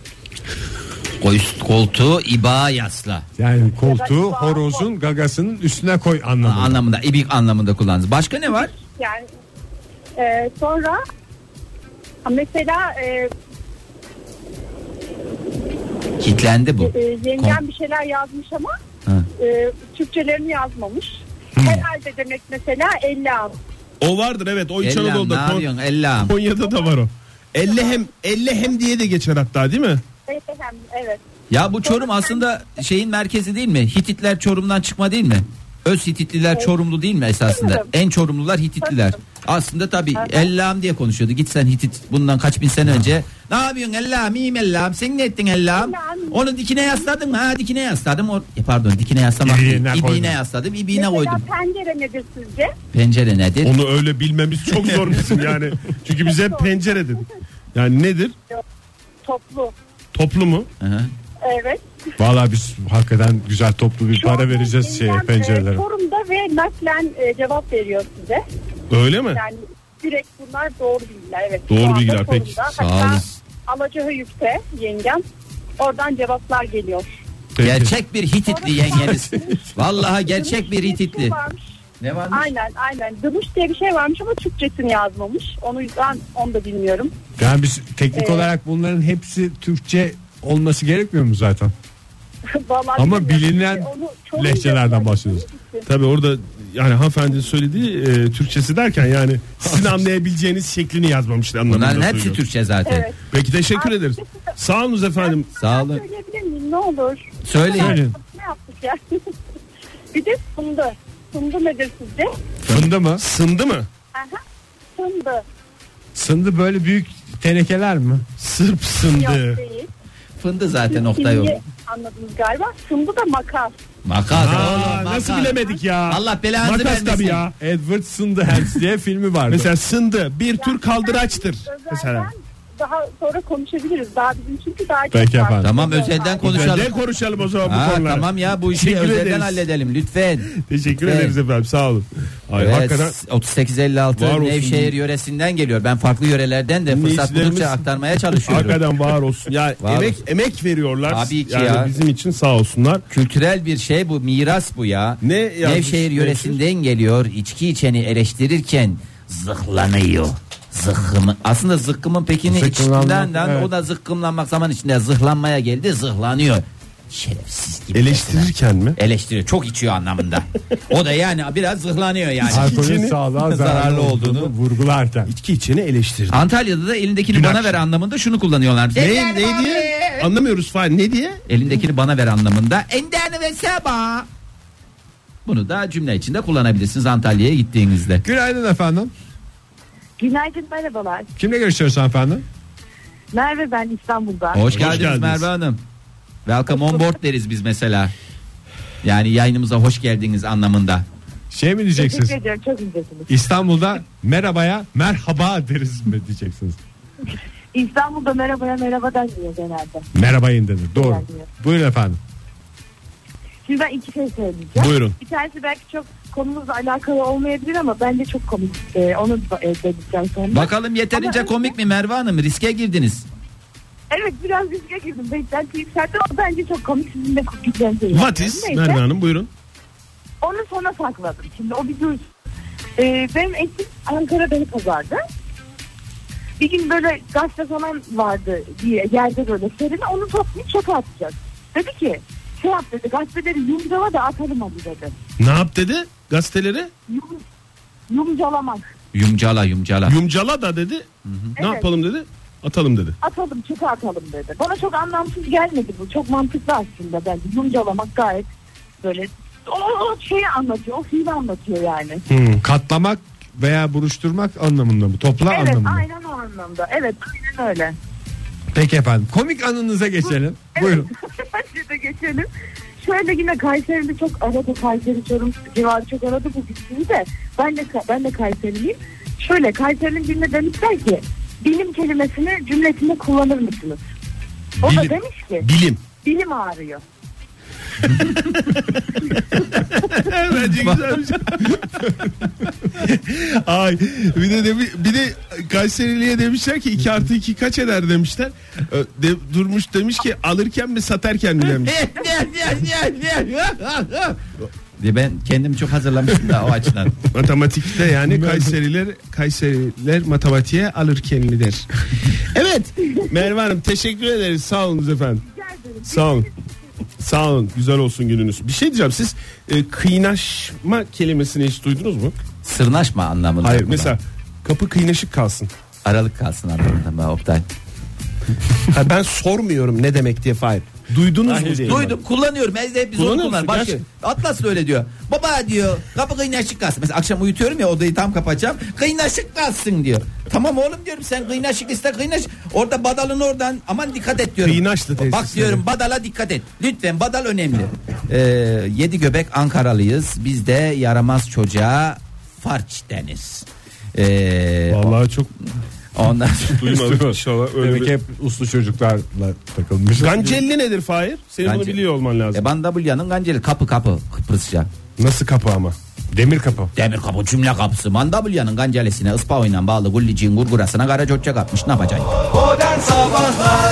Koltuğu ibaa yasla. Yani koltuğu horozun gagasının üstüne koy anlamında. İbik anlamında kullanırız. Başka ne var? Yani sonra mesela Kitlendi bu. yengem bir şeyler yazmış ama Türkçelerini yazmamış. Herhalde demek mesela ellam. O vardır evet. O İç Anadolu'da. Ellam. Konya'da da var o. Elle hem diye de geçer hatta değil mi? Evet. Ya bu Çorum aslında şeyin merkezi değil mi? Hititler Çorum'dan çıkma değil mi? Öz Hititliler Çorumlu değil mi esasında? Bilmiyorum. En Çorumlular Hititliler. Aslında tabii Ellam diye konuşuyordu. Gitsen Hitit bundan kaç bin sene önce. Ne yapıyorsun Ellam? İyiyim Ellam. Sen ne ettin Ellam? Onu dikine yasladın mı? Ha dikine yasladım. Dikine yaslamak değil. İbiğine yasladım. İbiğine koydum. Mesela pencere nedir sizce? Pencere nedir? Onu öyle bilmemiz çok zor bizim yani. Çünkü biz hep pencere dedik. Yani nedir? Toplu. Toplu mu? Hı-hı. Evet. Vallahi biz hakikaten güzel toplu bir para vereceğiz pencerelere. Forumda ve naklen cevap veriyor size. Öyle mi? Yani direkt bunlar doğru bilgiler. Evet. Doğru bilgiler peki. Sağ olun. Alacahöyük'te yengem. Oradan cevaplar geliyor. Peki. Gerçek bir Hititli yengeniz. Vallahi gerçek bir Hititli. Ne varmış? Aynen. Dımış diye bir şey varmış ama Türkçesini yazmamış. Onu yüzden onu da bilmiyorum. Yani biz teknik olarak bunların hepsi Türkçe olması gerekmiyor mu zaten? Ama bilinen lehçelerden bahsediyoruz. Tabii orada yani hanımefendinin söylediği Türkçesi derken yani sizin anlayabileceğiniz şeklini yazmamıştı anlamında. Bunların hepsi söylüyorum. Türkçe zaten. Evet. Peki teşekkür ederiz. Sağ olunuz efendim. Sağ olun. Söyleyebilir miyim? Ne olur? Söyleyin. Ne yaptık ya? Bir de sındı. Sındı nedir sizce? Sındı mı? Sındı mı? Aha. Sındı. Sındı böyle büyük tenekeler mi? Sırp Yok sındı. değil. Fındı zaten Oktay oldu. Anladınız galiba. Sındı da makas. Makas. Aa, oğlum, nasıl makas. bilemedik ya? Allah belanızı Makas vermesin. tabii ya. Edward Scissorhands diye filmi vardı. Mesela sındı bir tür kaldıraçtır. Mesela. Daha sonra konuşabiliriz. Daha bizim çünkü daha çok Peki var. efendim. Tamam özelden konuşalım. Ne konuşalım o zaman bu Ha, konuları. tamam ya bu işi Teşekkür özelden ederiz. halledelim lütfen. Teşekkür Evet. ederiz efendim sağ olun. Ay, Evet, hakikaten 3856 Var olsun. Nevşehir yöresinden geliyor. Ben farklı yörelerden de fırsat Dinleyicilerimiz- buldukça aktarmaya çalışıyorum. hakikaten var olsun. Ya Var emek veriyorlar. Tabii ki yani ya. bizim için sağ olsunlar. Kültürel bir şey bu, miras bu ya. Ne yazmış Nevşehir yöresinden geliyor. İçki içeni eleştirirken zıhlanıyor. Aslında zıkkımın pekini Zıkkımlanmak, içtiğinden evet. o da zıkkımlanmak zaman içinde zıhlanmaya geldi, zıhlanıyor. Şerefsiz gibi. Eleştirirken mi? Eleştiriyor. Çok içiyor anlamında. O da yani biraz zıhlanıyor yani. Alkolün İçini- sağlığa zararlı zararlı olduğunu olduğunu vurgularken. İçki içeni eleştirdi. Antalya'da da elindekini Dün bana akşam. ver anlamında şunu kullanıyorlar. Ne diye? Anlamıyoruz falan. Ne diye? Elindekini bana ver anlamında. Endeni ve seba. Bunu da cümle içinde kullanabilirsiniz Antalya'ya gittiğinizde. Günaydın efendim. Günaydın, merhabalar. Kimle görüşüyoruz efendim? Merve, ben İstanbul'dan. Hoş geldiniz geldiniz. Merve Hanım. Welcome on board deriz biz mesela. Yani yayınımıza hoş geldiniz anlamında. Şey mi diyeceksiniz? Teşekkür ederim, çok incesiniz. İstanbul'da merhabaya merhaba deriz mi diyeceksiniz? İstanbul'da merhabaya merhaba denmiyor genelde. Merhabayın denir. Doğru. Denmiyor. Buyurun efendim. Şimdi ben iki şey söyleyeceğim. Buyurun. Bir tanesi belki çok konumuzla alakalı olmayabilir ama bence çok komik. Onu söyleyeceğim sonra. Bakalım yeterince Ama- komik mi Merve Hanım? Riske girdiniz. Evet, biraz riske girdim. Beklenti yükselttim ama bence çok komik. Sizin de komiklerinizi What is? Merve Hanım buyurun. Onu sona sakladım. Şimdi o bir duysun. Benim eşim Ankara Beypazar'da. Bir gün böyle gazete falan vardı diye yerde böyle serine, onu toplayıp çöpe atacak. Dedi ki şey yap dedi, gazeteleri yumcala da atalım hadi dedi. Ne yap dedi? Gazeteleri? Yumcalamak. Yumcala. Yumcala da dedi. Ne Evet. yapalım dedi? Atalım dedi. Atalım, çöpe atalım dedi. Bana çok anlamsız gelmedi bu. Çok mantıklı aslında bence. Yumcalamak gayet böyle o şeyi anlatıyor. O fiili anlatıyor yani. Katlamak veya buruşturmak anlamında mı? Topla Evet, anlamında. aynen o anlamda. Evet, aynen öyle. Peki efendim. Komik anınıza geçelim. Buyurun. Bence de geçelim. Şöyle yine Kayseri'de çok aradı. Kayseri, Çorum civarı çok aradı bu bilgiyi de. Ben de Kayseriliyim. Şöyle Kayseri'nin birine demişler ki bilim kelimesini cümlesinde kullanır mısınız? O Bilim. da demiş ki bilim ağrıyor. Bence güzelmiş. Ay bir de Kayserili'ye demişler ki 2+2 kaç eder demişler. Durmuş demiş ki alırken mi satarken mi demiş. diye ben kendimi çok hazırlamıştım da o açıdan. Matematikte yani Kayseriler matematiğe alırken mi der. Evet Merve Hanım teşekkür ederiz, sağ olun efendim. Sağ olun. Sağ olun, güzel olsun gününüz. Bir şey diyeceğim, siz kıynaşma kelimesini hiç duydunuz mu? Sırnaşma anlamında. Hayır, buna. mesela kapı kıynaşık kalsın. Aralık kalsın anlamında mı Oktay? Ben sormuyorum ne demek diye Fahir. Duydunuz mu diye. Duydum, kullanıyorum. Evde biz onu kullanırız. Başka gerçekten. Atlas da öyle diyor. Baba diyor, kapı kıynaşık kalsın. Mesela akşam uyutuyorum ya, odayı tam kapatacağım. Kıynaşık kalsın diyor. Tamam oğlum diyorum, sen kıynaşık iste kıynaşık. Orada badalın oradan aman dikkat et diyorum. Kıynaşlı tesisleri. Bak diyorum, badala dikkat et. Lütfen, badal önemli. Yedi göbek Ankaralıyız. Bizde yaramaz çocuğa farç deniz. Vallahi çok Ondan duymadık inşallah. Öyle Demek ki hep uslu çocuklarla takılmış. Gancelli nedir Fahir? Senin bunu biliyor olman lazım. Bandabulyanın ganceli kapı Kıbrısça. Nasıl kapı ama? Demir kapı. Demir kapı, cümle kapısı. Mandabulyanın gancelesine ıspa oynan bağlı gulliciğin gurgurasına karacoça kapmış, ne yapacaksın? Modern Sabahlar.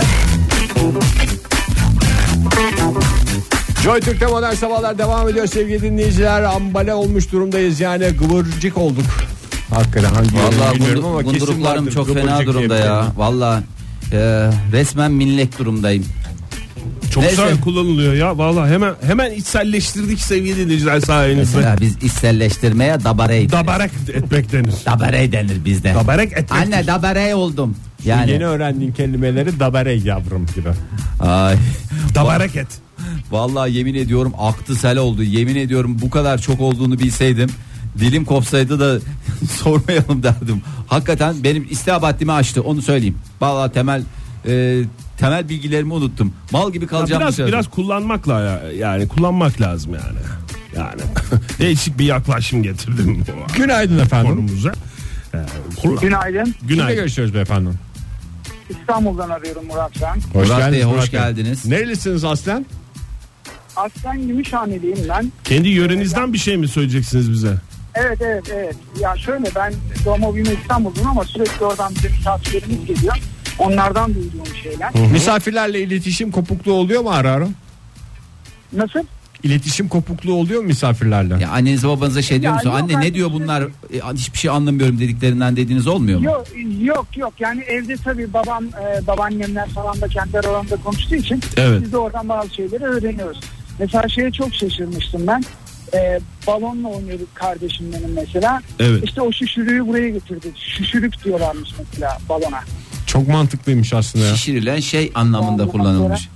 Joy Türk'te Modern Sabahlar devam ediyor sevgili dinleyiciler. Ambale olmuş durumdayız, yani gıvırcık olduk. Hakikaten hangi Vallahi bilmiyorum ama kesin gunduruklarım vardır çok fena gıvırcık durumda diye ya. Vallahi resmen minlek durumdayım. Çok Neyse. güzel kullanılıyor ya. Vallahi hemen içselleştirdik sevgili dinleyiciler sayenizde. Mesela biz içselleştirmeye dabarey. Dabarek etmek denir. Dabarey denir bizde. Dabarek etmek. Anne dabarey oldum. Yani Yani. yeni öğrendiğin kelimeleri dabarey yavrum gibi. Ay. Dabarek et. Vallahi yemin ediyorum aktı sel oldu. Yemin ediyorum bu kadar çok olduğunu bilseydim, dilim kopsaydı da sormayalım derdim. Hakikaten benim istihabatimi aştı, onu söyleyeyim. Vallahi temel bilgilerimi unuttum. Mal gibi kalacağım dışarıda. Biraz kullanmakla yani kullanmak lazım yani. Yani değişik bir yaklaşım getirdim Günaydın efendim. konumuza. Günaydın. Kimle görüşüyoruz beyefendi? İstanbul'dan arıyorum Murat ben. Murat Bey, hoş Murat Bey. geldiniz. Nerelisiniz aslen? Aslen Gümüşhaneliyim ben. Kendi yörenizden bir şey mi söyleyeceksiniz bize? Evet. Ya şöyle, ben doğma büyüme İstanbul'dum ama sürekli oradan bize misafirlerimiz geliyor. Onlardan duyduğum şeyler. Misafirlerle iletişim kopukluğu oluyor mu ara ara? Nasıl? İletişim kopukluğu oluyor mu misafirlerle? Ya annenize babanıza şey diyor Ya musun? yok, Anne ne ben diyor işte- bunlar? Hiçbir şey anlamıyorum dediklerinden dediğiniz olmuyor mu? Yok. Yani evde tabii babaannemler falan da kendi aralarında konuştuğu için Evet. biz de oradan bazı şeyleri öğreniyoruz. Mesela şeye çok şaşırmıştım ben. Balonla oynuyorduk kardeşim benim mesela. Evet. İşte o şüşürüğü buraya getirdi. Şüşürük diyorlarmış mesela balona. Çok mantıklıymış aslında ya. Şişirilen şey anlamında Ondan kullanılmış.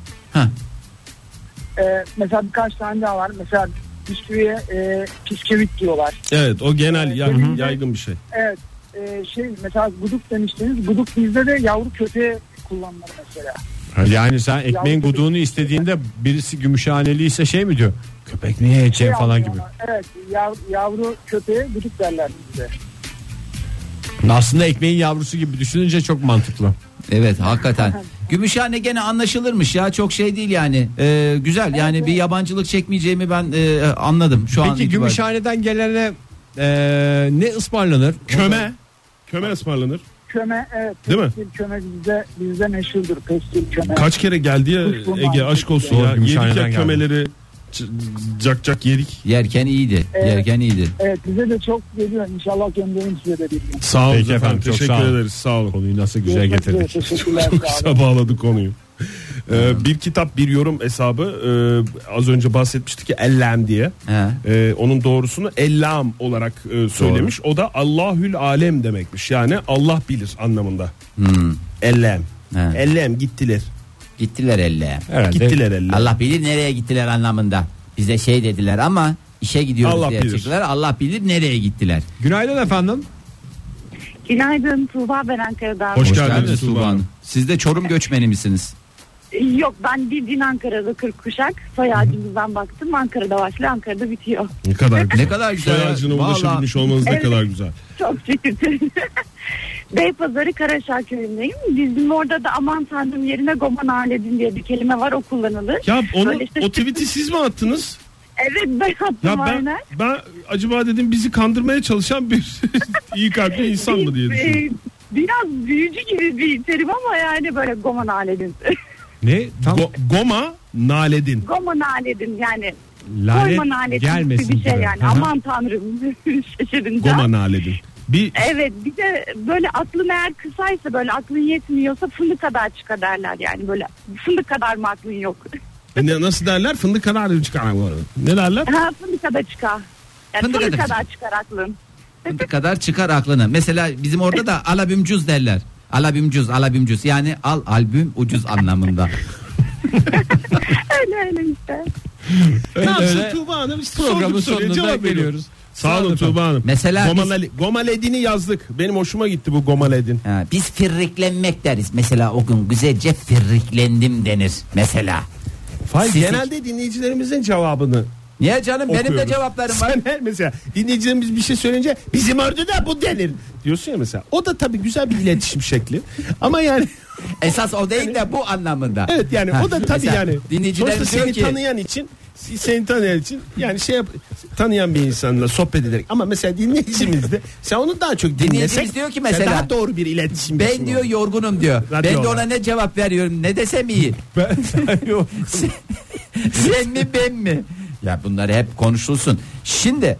Mesela birkaç tane daha var. Mesela bisküviye piskevit diyorlar. Evet, o genel Benim de- yaygın bir şey. Evet. Mesela guduk demiştiniz. Guduk bizde de yavru köpeğe kullanılır mesela. Yani sen ekmeğin Yavru- guduğunu istediğinde birisi Gümüşhaneli ise şey mi diyor? Köpek niye yiyeceğim falan alıyor gibi. ona. Evet. Yavru köpeğe guduk derler bizde. Aslında ekmeğin yavrusu gibi düşününce çok mantıklı. Evet, hakikaten. Gümüşhane gene anlaşılırmış ya, çok şey değil yani. Güzel yani, bir yabancılık çekmeyeceğimi ben anladım şu an Peki itibariyle. Gümüşhane'den gelene ne ısmarlanır? Köme ısmarlanır. Köme, evet. Değil mi? Pestil köme bizde meşhurdur. Pestil köme. Kaç kere geldi ya Kuşburnu Ege, aynı aşk olsun şekilde. ya. Gümüşhane'den Yedik ya geldi. kömeleri cak yedik. Yerken iyiydi. Evet. Yerken iyiydi. Evet, bize de çok geliyor. İnşallah gönderim size de bir gün. Sağ olun Peki efendim, çok teşekkür sağ olun. ederiz, sağ olun. Konuyu nasıl güzel Görüşmek üzere, getirdik. teşekkürler. Çok sağ olun. kısa bağladık konuyu. Bir kitap bir yorum hesabı, az önce bahsetmiştik ki Ellam diye. Onun doğrusunu Ellam olarak söylemiş. O da Allahül Alem demekmiş. Yani Allah bilir anlamında. Ellam. He. Ellam gittiler. Gittiler elle. Herhalde. Gittiler Ellam. Allah bilir nereye gittiler anlamında. Bize şey dediler ama işe gidiyoruz Allah diye bilir. çıktılar. Allah bilir nereye gittiler. Günaydın efendim. Günaydın, Tuğba, ben Ankara'dan. Hoş geldiniz Tuğba Tuğba Hanım. Hanım. Siz de Çorum göçmeni misiniz? Yok, ben bildiğin Ankara'da 40 kuşak. Soy ağacımızdan baktım. Ankara'da başlıyor, Ankara'da bitiyor. Ne kadar güzel. Ne kadar güzel. Soy ağacına Vallahi. ulaşabilmiş olmanız ne Evet. kadar güzel. Çok şükür. Beypazarı Karaşar köyündeyim. Bizim orada da aman tanrım yerine goman aledin diye bir kelime var, o kullanılır. Ya onu, Böyle işte- o tweet'i siz mi attınız? Evet, ben attım Ya aynen. ben acaba dedim bizi kandırmaya çalışan bir iyi kalpli insan mı diye düşündüm. Biraz büyücü gibi bir terim ama yani böyle goman aledin. Ne? Tam Goma naledin. Goman aledin yani. lanet Koyman aledin gelmesin gibi bir şey gibi. yani. Aha. Aman tanrım şaşırınca. Goma naledin. Evet, bir de böyle aklın eğer kısaysa, böyle aklın yetmiyorsa fındık kadar çıkar derler yani, böyle fındık kadar mı aklın yok? Nasıl derler? Fındık kadar çıkar. Ne derler? Ha, fındık kadar çıkar. Yani Fındık fındık kadar kadar çıkar aklın. Fındık kadar çıkar aklına. Mesela bizim orada da alabümcüz derler. Alabümcüz yani al albüm ucuz anlamında. öyle işte. Ne yapsın öyle. Tuğba Hanım? İşte Programın sorduk soruya sonuna cevap veriyoruz. geliyoruz. Sağ olun Tuğba Hanım. Mesela Gomaledin'i yazdık. Benim hoşuma gitti bu Gomaledin. Ha, biz firriklenmek deriz. Mesela o gün güzelce firriklendim denir mesela. Genelde dinleyicilerimizin cevabını Niye canım, benim de okuyoruz. cevaplarım var. Sen her mesela dinleyicilerimiz bir şey söyleyince bizim orada da bu denir diyorsun ya mesela. O da tabii güzel bir iletişim şekli. Ama yani Esas o değil de bu anlamında. evet yani Ha, o da tabii mesela yani dinleyicilerimiz sonuçta diyor seni ki tanıyan için yani tanıyan bir insanla sohbet ederek, ama mesela dinleyicimiz de sen onu daha çok Dinleyicimiz dinlesek diyor ki mesela, daha doğru bir iletişim ben biçimi diyor olur. yorgunum diyor. Radyo Ben de ona olarak. ne cevap veriyorum, ne desem iyi. Sen mi ben mi? Ya bunlar hep konuşulsun. Şimdi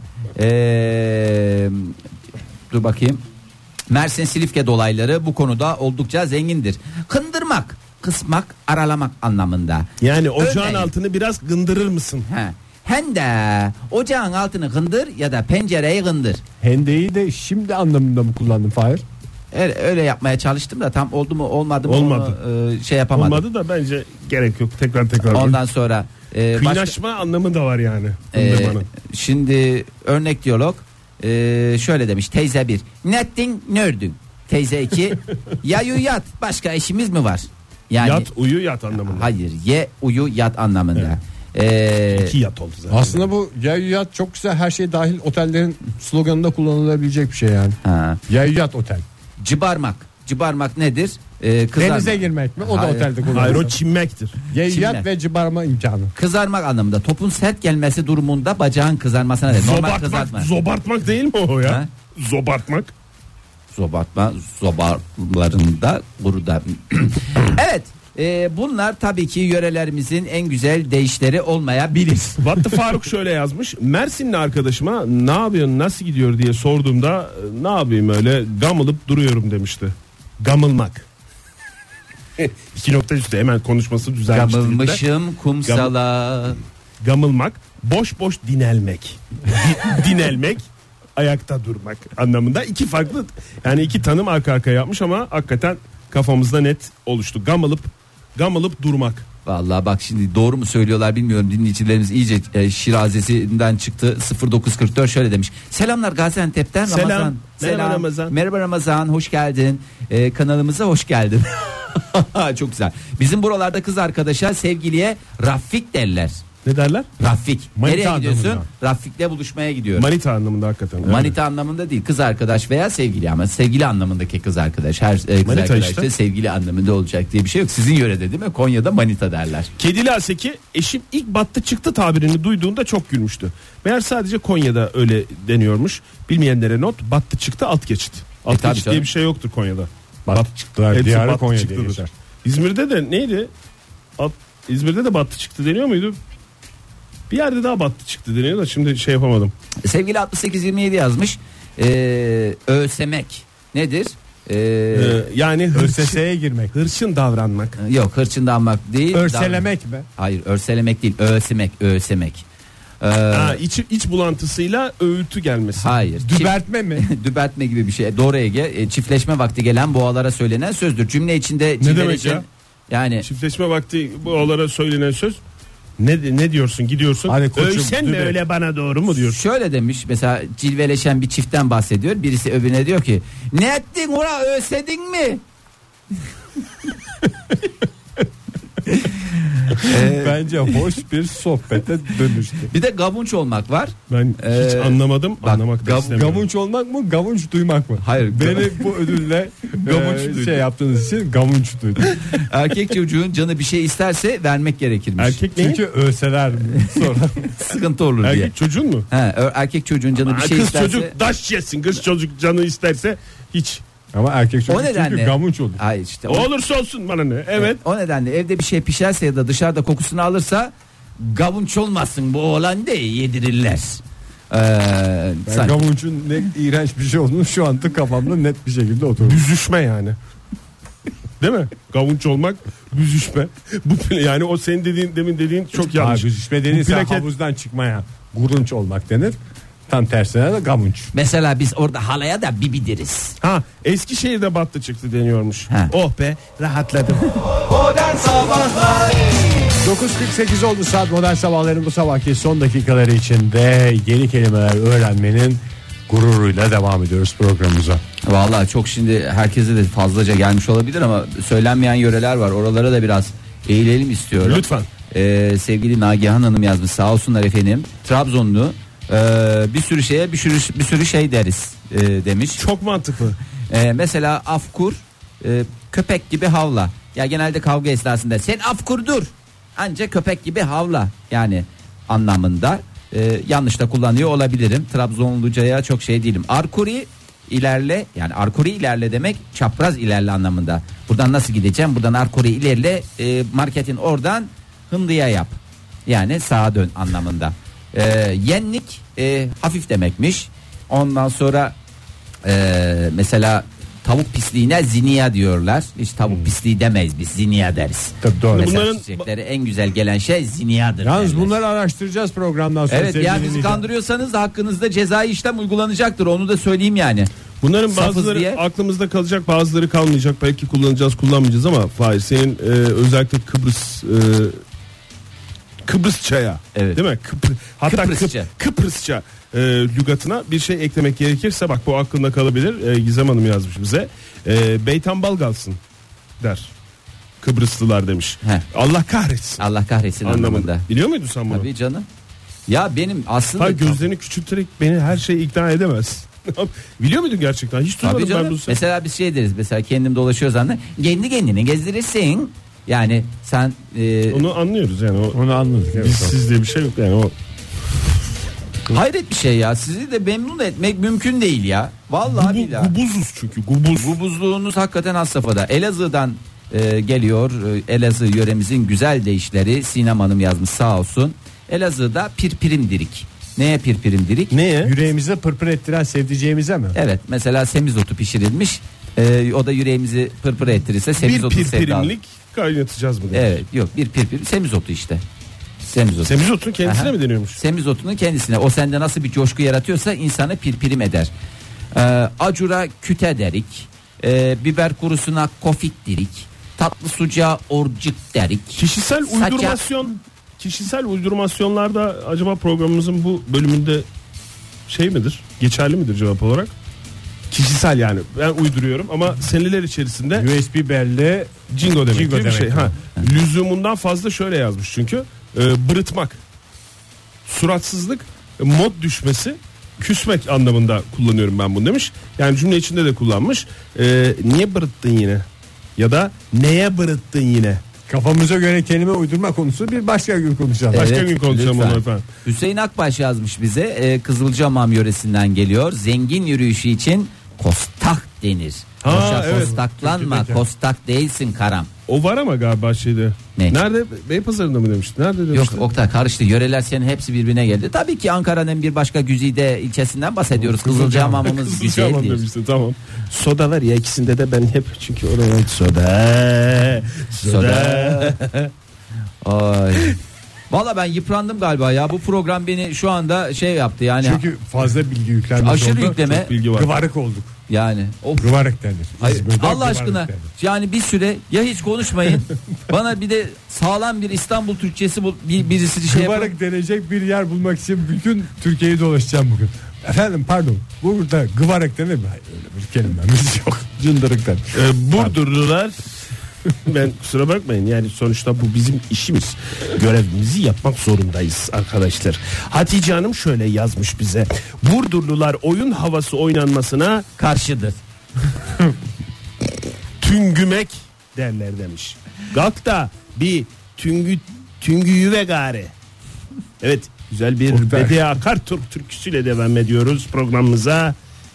dur bakayım. Mersin Silifke dolayları bu konuda oldukça zengindir. Kındırmak, kısmak, aralamak anlamında. Yani ocağın Örneğin, altını biraz gındırır mısın? hem de ocağın altını kındır ya da pencereyi kındır. Hendeyi de şimdi anlamında mı kullandın Fahir? Öyle yapmaya çalıştım da tam oldu mu olmadı mı Olmadı. onu, şey yapamadım. Olmadı da bence gerek yok. Tekrar. Ondan sonra Kıynaşma anlamı da var yani. Kındırmanın. Şimdi örnek diyalog şöyle demiş teyze 1 nettin nördün, teyze 2 yayu yat, başka işimiz mi var? Yani Yat uyu yat anlamında. hayır, ye uyu yat anlamında. İki yat oldu zaten. Aslında bu yayyat çok güzel, her şey dahil otellerin sloganında kullanılabilecek bir şey yani. Ha. Yayyat otel. Cıbarmak nedir? Kızarmak. Denize girmek mi? O da Hayır. otelde Hayır, kullanılıyor. o çinmektir. Yayyat Çinmek. ve cıbarma imkanı. Kızarmak anlamında, topun sert gelmesi durumunda bacağın kızarmasına denir. Normal kızartma. Zobartmak değil mi o ya? Ha? Zobartmak. Zobartmalarında burada. Evet, bunlar tabii ki yörelerimizin en güzel deyişleri olmayabilir. Battı Faruk şöyle yazmış. Mersinli arkadaşıma ne yapıyorsun, nasıl gidiyor diye sorduğumda ne yapayım öyle gamılıp duruyorum demişti. Gamılmak. 2 nokta üstü hemen konuşması düzelmiş. Gamılmışım kumsala. Gamılmak, boş boş dinelmek. Dinelmek, ayakta durmak anlamında. İki farklı, yani iki tanım arka arkaya yapmış ama hakikaten kafamızda net oluştu. Gamılıp durmak. Vallahi bak, şimdi doğru mu söylüyorlar bilmiyorum, dinleyicilerimiz iyice şirazesinden çıktı. 0944 şöyle demiş: selamlar Gaziantep'ten. Selam. Ramazan. Merhaba Ramazan. Merhaba Ramazan, hoş geldin. Kanalımıza hoş geldin. Çok güzel. Bizim buralarda kız arkadaşa, sevgiliye Rafik derler. Ne derler? Rafik. Manita Nereye gidiyorsun? anlamında. Rafik'le buluşmaya gidiyorum. Manita anlamında hakikaten. Manita anlamında değil, kız arkadaş veya sevgili, ama sevgili anlamındaki kız arkadaş. Her kız Manita arkadaş işte. da sevgili anlamında olacak diye bir şey yok. Sizin yörede değil mi? Konya'da manita derler. Kedili Aseki eşim ilk battı çıktı tabirini duyduğunda çok gülmüştü. Meğer sadece Konya'da öyle deniyormuş. Bilmeyenlere not, battı çıktı alt geçit. Alt tabii geçit canım. diye bir şey yoktur Konya'da. Battı çıktılar. Hepsi Diyarı battı Konya diye çıktıdır. geçer. İzmir'de de neydi? İzmir'de de battı çıktı deniyor muydu? Bir yerde daha battı çıktı deniyor da şimdi şey yapamadım. Sevgili 6827 yazmış. Ösemek nedir? Yani ÖSS'ye girmek. hırçın davranmak. Yok, hırçınlanmak değil. Örselemek mi? Hayır, örselemek değil. Ösemek. İç bulantısıyla öğütü gelmesi. Hayır. Dübertme mi? Dübertme gibi bir şey. Doğru Ege. Çiftleşme vakti gelen boğalara söylenen sözdür. Cümle içinde Ne demek cilveleşen- ya? Yani Çiftleşme vakti bu oğlara söylenen söz. Ne diyorsun, gidiyorsun. Hadi koçum, Öysen mi dübe. öyle bana doğru mu diyorsun? şöyle demiş mesela, cilveleşen bir çiftten bahsediyor. Birisi öbürüne diyor ki, ne ettin ora, ösedin mi? Bence hoş bir sohbete dönüştü. Bir de gavunç olmak var. Ben hiç anlamadım. bak, Anlamak da istemiyorum. Gavunç olmak mı, gavunç duymak mı? Hayır. Beni bu ödülle Gavunç yaptığınız için gavunç duydum. Erkek çocuğun canı bir şey isterse vermek gerekirmiş. Erkek ne? Çünkü ölseler sonra. Sıkıntı olur diye. Erkek çocuğun mu? Erkek çocuğun canı bir şey Kız isterse. çocuk daş yesin. Kız çocuk canı isterse hiç. Ama erkek çocuk O nedenle. çünkü gavunç olur. Hayır işte. Olursa olsun bana ne? Evet. O nedenle evde bir şey pişerse ya da dışarıda kokusunu alırsa gavunç olmasın bu oğlan diye yedirirler. Ben gavunçun ne iğrenç bir şey olduğunu şu anda kafamda net bir şekilde oturuyor. Büzüşme yani. Değil mi? Gavunç olmak büzüşme. Bu yani o senin dediğin demin dediğin çok yanlış. Büzüşme denirse plaket- havuzdan çıkmaya gurunç olmak denir. Tam tersine de gavunç. Mesela biz orada halaya da bibi deriz. Ha, Eskişehir'de battı çıktı deniyormuş. Ha. Oh be, rahatladım. 9.48 oldu saat. Modern Sabahların bu sabahki son dakikaları içinde yeni kelimeler öğrenmenin gururuyla devam ediyoruz programımıza. Vallahi çok şimdi herkese de fazlaca gelmiş olabilir ama söylenmeyen yöreler var. Oralara da biraz eğilelim istiyorum. Lütfen. Sevgili Nagihan Hanım yazmış, sağ olsunlar efendim. Trabzonlu bir sürü şeye bir sürü şey deriz demiş. Çok mantıklı. Mesela afkur, köpek gibi havla. Ya genelde kavga esnasında sen afkur dur. Ancak köpek gibi havla yani anlamında. Yanlış da kullanıyor olabilirim. Trabzonlucaya çok şey değilim. Arkuri ilerle, yani arkuri ilerle demek çapraz ilerle anlamında. Buradan nasıl gideceğim? Buradan arkuri ilerle, marketin oradan hındıya yap. Yani sağa dön anlamında. Yenlik hafif demekmiş. Ondan sonra mesela tavuk pisliğine ziniya diyorlar. Hiç tavuk pisliği demeyiz biz, ziniya deriz. Tabii doğru. Mesela Bunların- çiçekleri en güzel gelen şey ziniyadır. Yalnız derler. bunları araştıracağız programdan sonra. Evet ya, bizi kandırıyorsanız da hakkınızda cezai işlem uygulanacaktır, onu da söyleyeyim yani. Bunların Safız bazıları diye. aklımızda kalacak, bazıları kalmayacak. Belki kullanacağız, kullanmayacağız ama Fahir senin özellikle Kıbrısçaya, Evet. değil mi? Hatta Kıbrısça. Kıbrısça lügatına bir şey eklemek gerekirse bak bu aklında kalabilir. Gizem Hanım yazmış bize. Beytan Balgalsın der. Kıbrıslılar demiş. Heh. Allah kahretsin Allah kahretsin anlamında. Biliyor muydun sen bunu? Tabii canım. Ya benim aslında Hayır, gözlerini küçülterek beni her şeye ikna edemez. Biliyor muydun gerçekten? Hiç tabii duymadım ben canım. bunu. Mesela biz şey deriz, mesela kendim dolaşıyoruz anne. Kendi kendini gezdirirsin. Yani sen Onu anlıyoruz yani. Onu anladık. Evet, Biz siz diye bir şey yok yani o. hayret bir şey ya. Sizi de memnun etmek mümkün değil ya. Vallahi billahi. Gubuzuz çünkü gubuz. Bu buzluğunuz hakikaten has safhada. Elazığ'dan geliyor. Elazığ yöremizin güzel deyişleri. Sinem Hanım yazmış sağ olsun. Elazığ'da pirpirimdirik. Neye pirpirimdirik? Neye? Yüreğimize pırpır ettiren sevdiceğimize mi? Evet, mesela semizotu pişirilmiş. O da yüreğimizi pırpır ettirirse Bir semizotu sevdalı. pirpirimlik kaynatacağız bunu. Evet, yok bir pirpir semizotu işte. Semizotu. Semizotun kendisine Aha. mi deniyormuş? Semizotunun kendisine. O sende nasıl bir coşku yaratıyorsa insanı pirpirim eder. Acura küte derik. Biber kurusuna kofik derik. Tatlı sucuğa orcuk derik. Kişisel uydurmasyonlarda acaba programımızın bu bölümünde şey midir? Geçerli midir cevap olarak? Kişisel yani. Ben uyduruyorum ama seneler içerisinde USB belli Jingo demek Jingo gibi bir demek şey. yani. Ha. Lüzumundan fazla şöyle yazmış çünkü. Bırıtmak. Suratsızlık, mod düşmesi, küsmek anlamında kullanıyorum ben bunu demiş. Yani cümle içinde de kullanmış. Niye bırıttın yine? Ya da neye bırıttın yine? Kafamıza göre kelime uydurma konusu bir başka gün konuşalım. Başka gün konuşalım lütfen. onu efendim. Hüseyin Akbaş yazmış bize. Kızılcahamam yöresinden geliyor. Zengin yürüyüşü için kostak denir. Ha, Boşa evet. kostaklanma, Peki. kostak değilsin karam. O var ama galiba şeyde. Ne? Nerede? Beypazarı'nda mı demiştin? Nerede Yok demiştin? Oktay, karıştı. Yöreler senin hepsi birbirine geldi. Tabii ki Ankara'nın bir başka güzide ilçesinden bahsediyoruz. Kızılcahamamımız Kızılcahamam güzeldir. demiştin, tamam. Soda var ya ikisinde de ben hep çünkü oraya soda. Ay. Valla ben yıprandım galiba ya. Bu program beni şu anda şey yaptı yani. Çünkü fazla bilgi yüklenmiş Aşırı oldu. yükleme. Çok bilgi var. Gıvarık olduk. Yani of. Gıvarık denir. Hayır, İzmir'de Allah gıvarık aşkına denir. yani bir süre ya hiç konuşmayın. Bana bir de sağlam bir İstanbul Türkçesi birisi şey yapar. Gıvarık denecek bir yer bulmak için bütün Türkiye'yi dolaşacağım bugün. Efendim pardon, burada gıvarık denir mi? Hayır, öyle bir kelimemiz yok. Cındırık denir. Burdurlular Ben kusura bakmayın yani sonuçta bu bizim işimiz. Görevimizi yapmak zorundayız arkadaşlar. Hatice Hanım şöyle yazmış bize. Burdurlular oyun havası oynanmasına Karşıdır. tüngümek derler demiş. Kalk da bir tüngüyü ve gari. Evet, güzel bir Bediye Akar türküsüyle devam ediyoruz programımıza.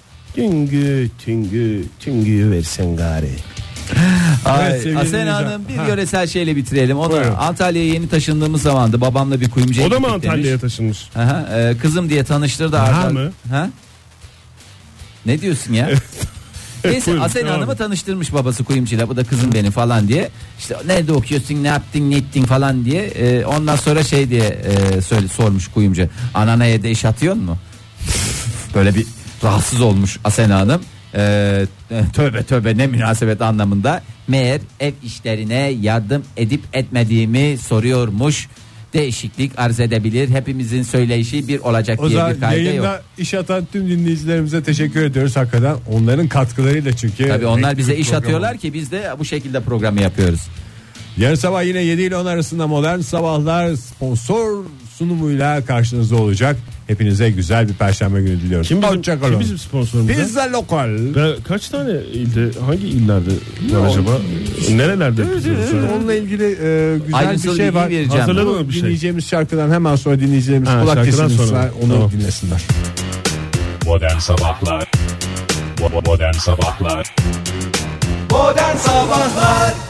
Tüngüyü versen gari. sevgili Asena Hanım bir dinleyiciler. yöresel şeyle bitirelim. Onu Buyurun. Antalya'ya yeni taşındığımız zamanda babamla bir kuyumcuya O da mı gittik Antalya'ya demiş. taşınmış? Aha, kızım diye tanıştırdı Ha artık. mı? Ha? Ne diyorsun ya? Neyse Buyurun, Asena devam Hanım'ı edin. tanıştırmış babası kuyumcuyla. Bu da kızım benim falan diye. İşte nerede okuyorsun, ne yaptın, ne ettin falan diye. Ondan sonra şey diye sormuş kuyumcu. Anana evde iş atıyor mu? Böyle bir rahatsız olmuş Asena Hanım. Tövbe ne münasebet anlamında. Meğer ev işlerine yardım edip etmediğimi soruyormuş. Değişiklik arz edebilir. Hepimizin söyleyişi bir olacak O diye zaman bir kayda yayında yok. iş atan tüm dinleyicilerimize teşekkür ediyoruz hakikaten. Onların katkılarıyla çünkü. Tabii onlar renkli bize bir iş program atıyorlar oldu. ki biz de bu şekilde programı yapıyoruz. Yarın sabah yine 7 ile 10 arasında Modern Sabahlar sponsor sunumuyla karşınızda olacak. Hepinize güzel bir perşembe günü diliyorum. Kim bizim sponsorumuz? Pizza Lokal. Kaç tane ilde, hangi illerde var acaba? Nerelerde? Onunla ilgili güzel Ayrıntılı bir şey var. bilgi vereceğim. Hazırladın Bu mı bir şey? dinleyeceğimiz şarkıdan hemen sonra dinleyeceğimiz Ha, kulak şarkıdan kesimiz sonra. var. Onu Tamam. dinlesinler. Modern Sabahlar Modern Sabahlar Modern Sabahlar